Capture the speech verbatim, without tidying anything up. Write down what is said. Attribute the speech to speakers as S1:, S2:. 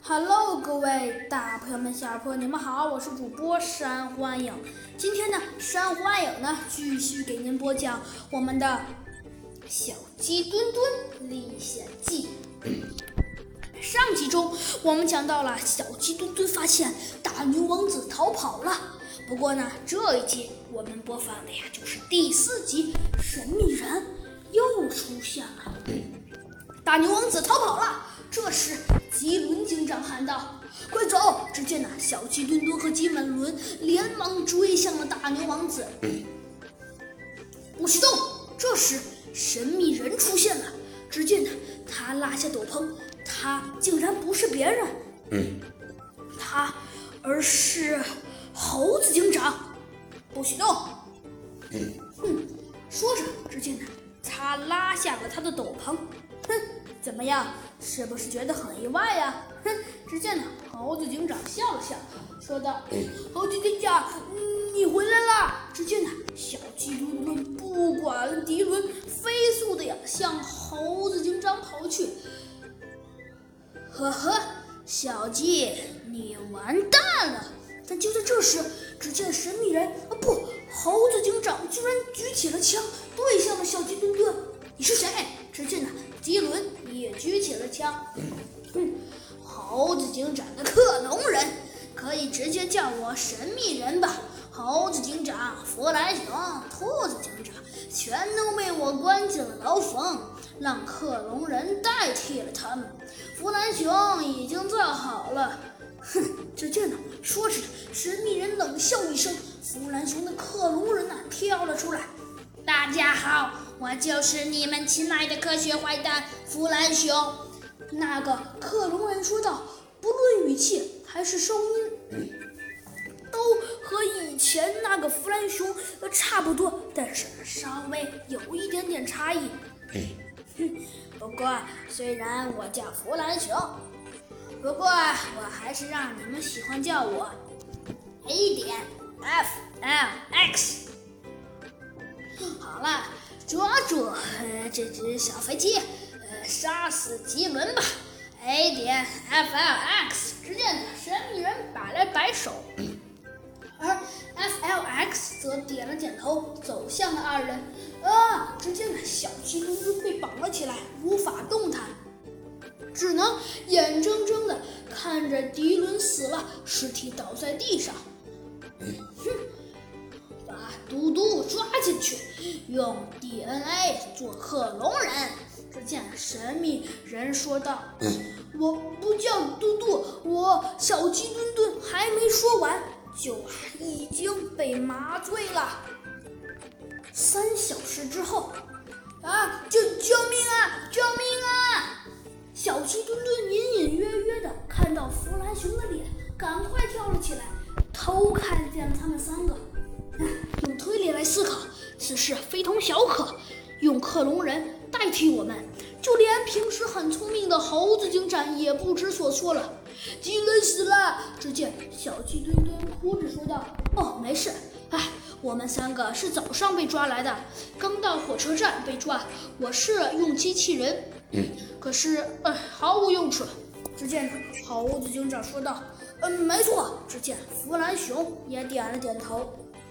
S1: Hello，各位大朋友们、小朋友们，你们好，我是主播山欢影。今天呢，山欢影呢继续给您播讲我们的《小鸡墩墩历险记》。上集中我们讲到了小鸡墩墩发现大牛王子逃跑了。不过呢，这一集我们播放的呀就是第四集，神秘人又出现了。大牛王子逃跑了。这时，吉伦警长喊道：“快走！”只见呢，小鸡墩墩和吉本伦连忙追向了大牛王子。不许动！这时，神秘人出现了。只见呢，他拉下斗篷，他竟然不是别人，他而是猴子警长。不许动！哼！说着，只见呢，他拉下了他的斗篷。哼！怎么样？是不是觉得很意外呀？哼！只见呢，猴子警长笑了笑，说道：“猴子警长，你回来啦！”只见呢，小鸡墩墩不管迪伦，飞速的呀向猴子警长跑去。呵呵，小鸡，你完蛋了！但就在这时，只见神秘人啊不，猴子警长居然举起了枪，对向了小鸡墩墩。你是谁？只见呢，吉伦也举起了枪。哼，猴子警长的克隆人，可以直接叫我神秘人吧。猴子警长、弗兰熊、兔子警长，全都被我关进了牢房，让克隆人代替了他们。弗兰熊已经造好了。哼！只见呢，说着，神秘人冷笑一声，弗兰熊的克隆人呐、啊、跳了出来。大家好，我就是你们亲爱的科学坏蛋弗兰熊。那个克隆人说道，不论语气还是声音，都和以前那个弗兰熊差不多，但是稍微有一点点差异。不过，虽然我叫弗兰熊，不过我还是让你们喜欢叫我 A 点 F L X。好了，抓住、呃、这只小飞机，呃，杀死吉伦吧 ！A 点 F L X。只见神秘人摆了摆手，而 F L X 则点了点头，走向了二人。啊！只见小鸡墩墩被绑了起来，无法动弹，只能眼睁睁地看着迪伦死了，尸体倒在地上。哼！把嘟嘟抓进去，用 D N A 做克隆人。只见神秘人说道：“我不叫嘟嘟，我小鸡墩墩。”还没说完，就已经被麻醉了。三小时之后，啊！救救命啊！救命啊！小鸡墩墩隐隐约约地看到弗兰熊的脸，赶快跳了起来，偷看见了他们三个。用推理来思考，此事非同小可。用克隆人代替我们，就连平时很聪明的猴子警长也不知所措了。吉伦死了！只见小鸡墩墩哭着说道：“哦，没事。哎，我们三个是早上被抓来的，刚到火车站被抓。我是用机器人，可是呃毫无用处。”只见猴子警长说道：“嗯，没错。”只见弗兰熊也点了点头。